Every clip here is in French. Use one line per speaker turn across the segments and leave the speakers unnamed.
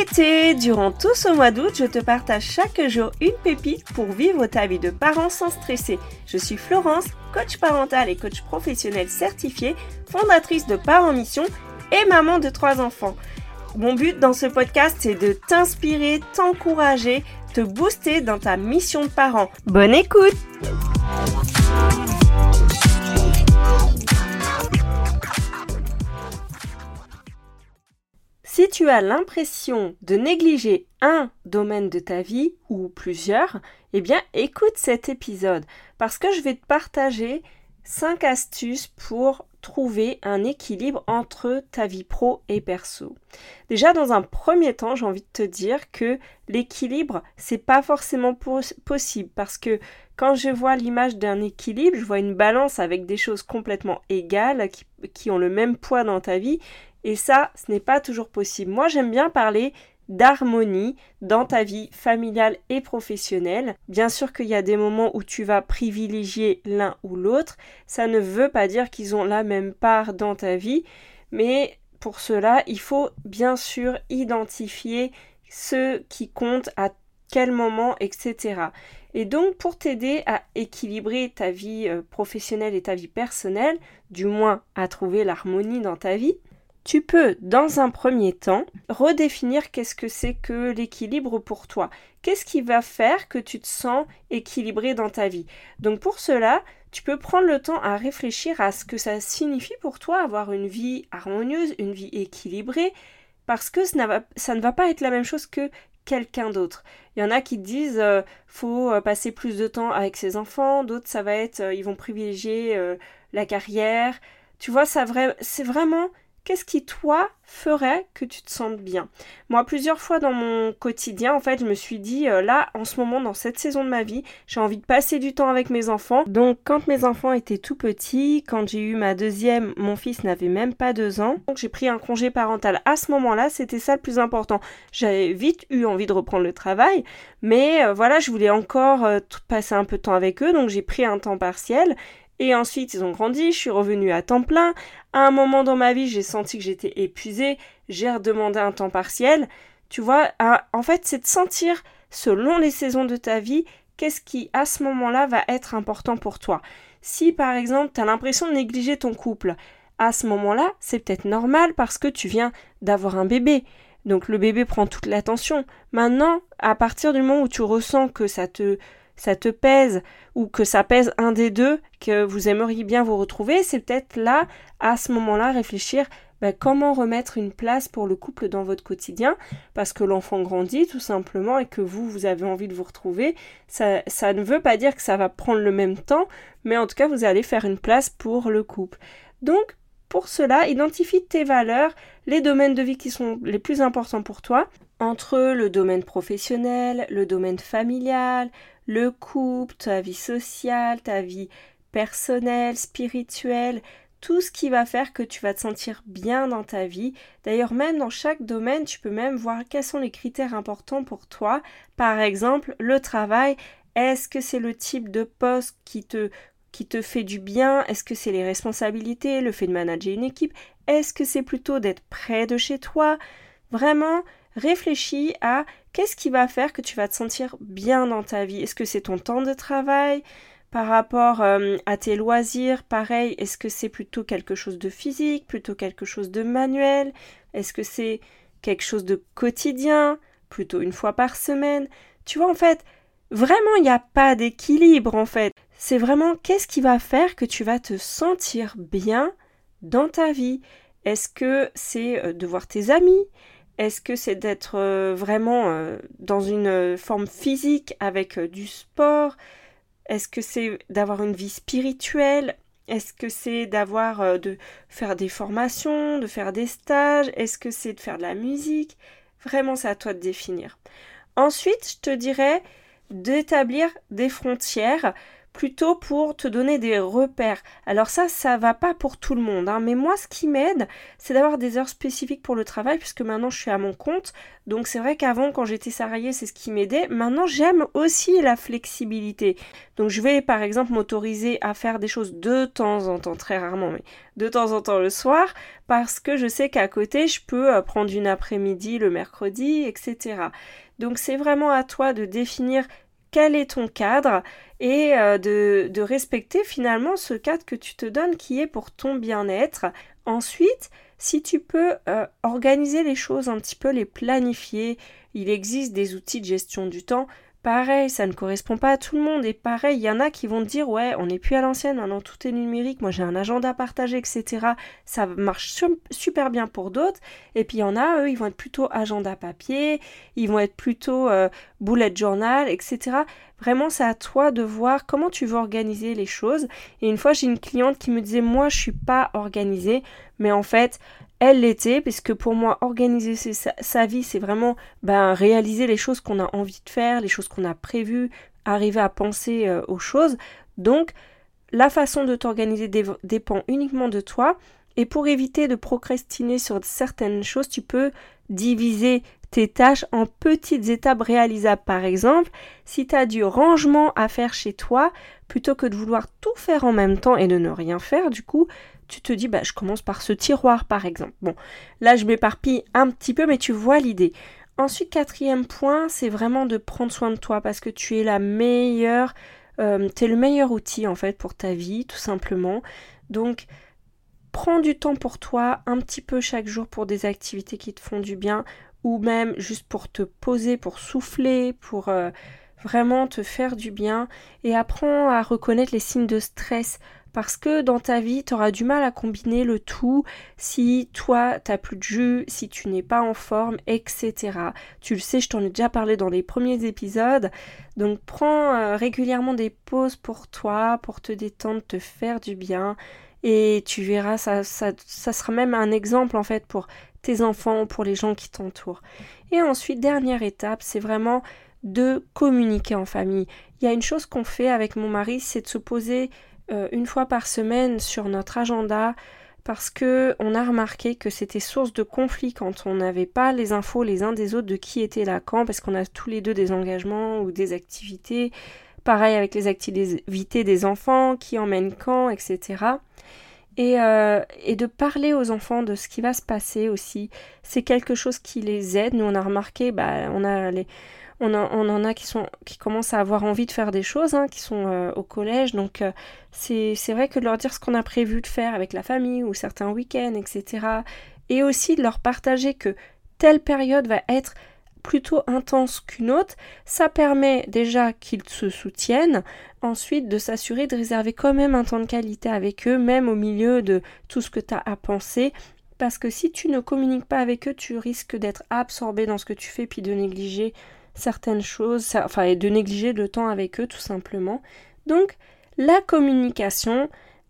l'été, durant tout ce mois d'août, je te partage chaque jour une pépite pour vivre ta vie de parent sans stresser. Je suis Florence, coach parental et coach professionnel certifié, fondatrice de Parents Mission et maman de 3 enfants. Mon but dans ce podcast, c'est de t'inspirer, t'encourager, te booster dans ta mission de parent. Bonne écoute! Si tu as l'impression de négliger un domaine de ta vie ou plusieurs, eh bien écoute cet épisode parce que je vais te partager 5 astuces pour trouver un équilibre entre ta vie pro et perso. Déjà dans un premier temps, j'ai envie de te dire que l'équilibre, c'est pas forcément possible parce que quand je vois l'image d'un équilibre, je vois une balance avec des choses complètement égales qui ont le même poids dans ta vie. Et ça, ce n'est pas toujours possible. Moi, j'aime bien parler d'harmonie dans ta vie familiale et professionnelle. Bien sûr qu'il y a des moments où tu vas privilégier l'un ou l'autre. Ça ne veut pas dire qu'ils ont la même part dans ta vie. Mais pour cela, il faut bien sûr identifier ce qui compte à quel moment, etc. Et donc, pour t'aider à équilibrer ta vie professionnelle et ta vie personnelle, du moins à trouver l'harmonie dans ta vie, tu peux, dans un premier temps, redéfinir qu'est-ce que c'est que l'équilibre pour toi. Qu'est-ce qui va faire que tu te sens équilibré dans ta vie? Donc pour cela, tu peux prendre le temps à réfléchir à ce que ça signifie pour toi avoir une vie harmonieuse, une vie équilibrée, parce que ça ne va pas être la même chose que quelqu'un d'autre. Il y en a qui disent faut passer plus de temps avec ses enfants, d'autres ça va être ils vont privilégier la carrière. Tu vois, c'est vraiment qu'est-ce qui, toi, ferait que tu te sentes bien? Moi, plusieurs fois dans mon quotidien, en fait, je me suis dit, là, en ce moment, dans cette saison de ma vie, j'ai envie de passer du temps avec mes enfants. Donc, quand mes enfants étaient tout petits, quand j'ai eu ma deuxième, mon fils n'avait même pas 2 ans. Donc, j'ai pris un congé parental. À ce moment-là, c'était ça le plus important. J'avais vite eu envie de reprendre le travail, mais voilà, je voulais encore passer un peu de temps avec eux, donc j'ai pris un temps partiel. Et ensuite, ils ont grandi, je suis revenue à temps plein. À un moment dans ma vie, j'ai senti que j'étais épuisée, j'ai redemandé un temps partiel. Tu vois, en fait, c'est de sentir, selon les saisons de ta vie, qu'est-ce qui, à ce moment-là, va être important pour toi. Si, par exemple, tu as l'impression de négliger ton couple, à ce moment-là, c'est peut-être normal parce que tu viens d'avoir un bébé. Donc, le bébé prend toute l'attention. Maintenant, à partir du moment où tu ressens que ça te pèse ou que ça pèse un des deux, que vous aimeriez bien vous retrouver, c'est peut-être là, à ce moment-là, réfléchir comment remettre une place pour le couple dans votre quotidien, parce que l'enfant grandit tout simplement et que vous avez envie de vous retrouver. Ça ne veut pas dire que ça va prendre le même temps, mais en tout cas, vous allez faire une place pour le couple. Donc, pour cela, identifie tes valeurs, les domaines de vie qui sont les plus importants pour toi, entre le domaine professionnel, le domaine familial, le couple, ta vie sociale, ta vie personnelle, spirituelle, tout ce qui va faire que tu vas te sentir bien dans ta vie. D'ailleurs, même dans chaque domaine, tu peux même voir quels sont les critères importants pour toi. Par exemple, le travail, est-ce que c'est le type de poste qui te fait du bien? Est-ce que c'est les responsabilités, le fait de manager une équipe? Est-ce que c'est plutôt d'être près de chez toi? Vraiment, réfléchis à qu'est-ce qui va faire que tu vas te sentir bien dans ta vie. Est-ce que c'est ton temps de travail? Par rapport à tes loisirs, pareil, est-ce que c'est plutôt quelque chose de physique, plutôt quelque chose de manuel? Est-ce que c'est quelque chose de quotidien, plutôt une fois par semaine? Tu vois, en fait, vraiment, il n'y a pas d'équilibre, en fait. C'est vraiment qu'est-ce qui va faire que tu vas te sentir bien dans ta vie? Est-ce que c'est de voir tes amis? Est-ce que c'est d'être vraiment dans une forme physique avec du sport? Est-ce que c'est d'avoir une vie spirituelle? Est-ce que c'est de faire des formations, de faire des stages? Est-ce que c'est de faire de la musique? Vraiment, c'est à toi de définir. Ensuite, je te dirais d'établir des frontières plutôt pour te donner des repères. Alors ça va pas pour tout le monde, hein, mais moi ce qui m'aide, c'est d'avoir des heures spécifiques pour le travail, puisque maintenant je suis à mon compte, donc c'est vrai qu'avant quand j'étais salariée, c'est ce qui m'aidait. Maintenant j'aime aussi la flexibilité, donc je vais par exemple m'autoriser à faire des choses de temps en temps, très rarement, mais de temps en temps le soir, parce que je sais qu'à côté je peux prendre une après-midi le mercredi, etc. Donc c'est vraiment à toi de définir quel est ton cadre et de respecter finalement ce cadre que tu te donnes qui est pour ton bien-être. Ensuite, si tu peux organiser les choses un petit peu, les planifier, il existe des outils de gestion du temps. Pareil, ça ne correspond pas à tout le monde et pareil, il y en a qui vont te dire ouais, on n'est plus à l'ancienne, maintenant tout est numérique, moi j'ai un agenda partagé, etc. Ça marche super bien pour d'autres et puis il y en a, eux, ils vont être plutôt agenda papier, ils vont être plutôt bullet journal, etc. Vraiment, c'est à toi de voir comment tu veux organiser les choses. Et une fois, j'ai une cliente qui me disait moi, je suis pas organisée, mais en fait, elle l'était, puisque pour moi, organiser sa vie, c'est vraiment réaliser les choses qu'on a envie de faire, les choses qu'on a prévues, arriver à penser aux choses. Donc, la façon de t'organiser dépend uniquement de toi. Et pour éviter de procrastiner sur certaines choses, tu peux diviser tes tâches en petites étapes réalisables. Par exemple, si tu as du rangement à faire chez toi, plutôt que de vouloir tout faire en même temps et de ne rien faire, du coup, tu te dis, je commence par ce tiroir, par exemple. Bon, là, je m'éparpille un petit peu, mais tu vois l'idée. Ensuite, 4e point, c'est vraiment de prendre soin de toi parce que tu es la meilleure, t'es le meilleur outil, en fait, pour ta vie, tout simplement. Donc, prends du temps pour toi, un petit peu chaque jour pour des activités qui te font du bien ou même juste pour te poser, pour souffler, pour vraiment te faire du bien et apprends à reconnaître les signes de stress parce que dans ta vie, tu auras du mal à combiner le tout si toi, tu n'as plus de jus, si tu n'es pas en forme, etc. Tu le sais, je t'en ai déjà parlé dans les premiers épisodes. Donc prends régulièrement des pauses pour toi, pour te détendre, te faire du bien. Et tu verras, ça sera même un exemple en fait pour tes enfants, pour les gens qui t'entourent. Et ensuite, dernière étape, c'est vraiment de communiquer en famille. Il y a une chose qu'on fait avec mon mari, c'est de se poser une fois par semaine sur notre agenda parce que on a remarqué que c'était source de conflit quand on n'avait pas les infos les uns des autres de qui était là quand parce qu'on a tous les deux des engagements ou des activités. Pareil avec les activités des enfants, qui emmènent quand, etc. Et de parler aux enfants de ce qui va se passer aussi, c'est quelque chose qui les aide. Nous, on a remarqué, on en a qui commencent à avoir envie de faire des choses, qui sont au collège. Donc, c'est vrai que de leur dire ce qu'on a prévu de faire avec la famille ou certains week-ends, etc. Et aussi de leur partager que telle période va être plutôt intense qu'une autre, ça permet déjà qu'ils se soutiennent, ensuite de s'assurer de réserver quand même un temps de qualité avec eux, même au milieu de tout ce que tu as à penser, parce que si tu ne communiques pas avec eux, tu risques d'être absorbé dans ce que tu fais, puis de négliger certaines choses, et de négliger le temps avec eux tout simplement. Donc, la communication,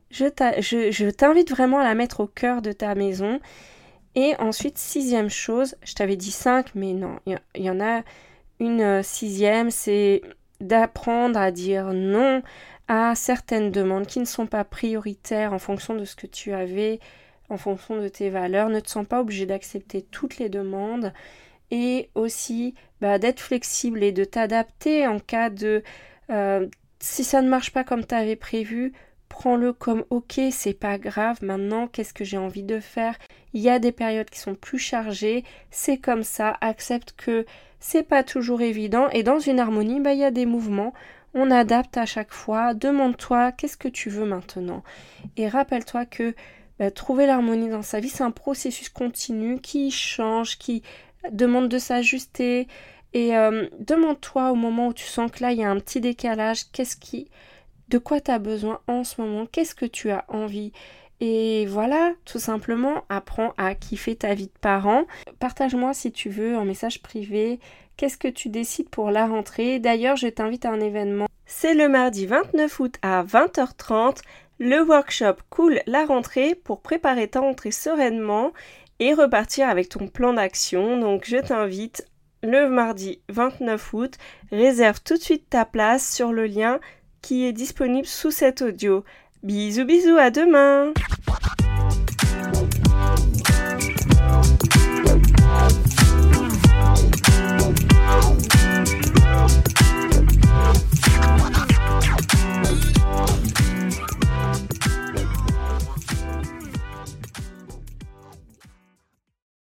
je t'invite vraiment à la mettre au cœur de ta maison. Et ensuite, 6e chose, je t'avais dit 5, mais non, il y en a une 6e, c'est d'apprendre à dire non à certaines demandes qui ne sont pas prioritaires en fonction de ce que tu avais, en fonction de tes valeurs. Ne te sens pas obligé d'accepter toutes les demandes et aussi d'être flexible et de t'adapter en cas de... si ça ne marche pas comme tu avais prévu, prends-le comme ok, c'est pas grave, maintenant qu'est-ce que j'ai envie de faire? Il y a des périodes qui sont plus chargées, c'est comme ça, accepte que c'est pas toujours évident et dans une harmonie, il y a des mouvements, on adapte à chaque fois, demande-toi qu'est-ce que tu veux maintenant et rappelle-toi que trouver l'harmonie dans sa vie, c'est un processus continu qui change, qui demande de s'ajuster et demande-toi au moment où tu sens que là il y a un petit décalage, de quoi tu as besoin en ce moment, qu'est-ce que tu as envie. Et voilà, tout simplement, apprends à kiffer ta vie de parent. Partage-moi si tu veux en message privé, qu'est-ce que tu décides pour la rentrée. D'ailleurs, je t'invite à un événement. C'est le mardi 29 août à 20h30, le workshop Cool la rentrée pour préparer ta rentrée sereinement et repartir avec ton plan d'action. Donc je t'invite le mardi 29 août, réserve tout de suite ta place sur le lien qui est disponible sous cet audio. Bisous bisous, à demain!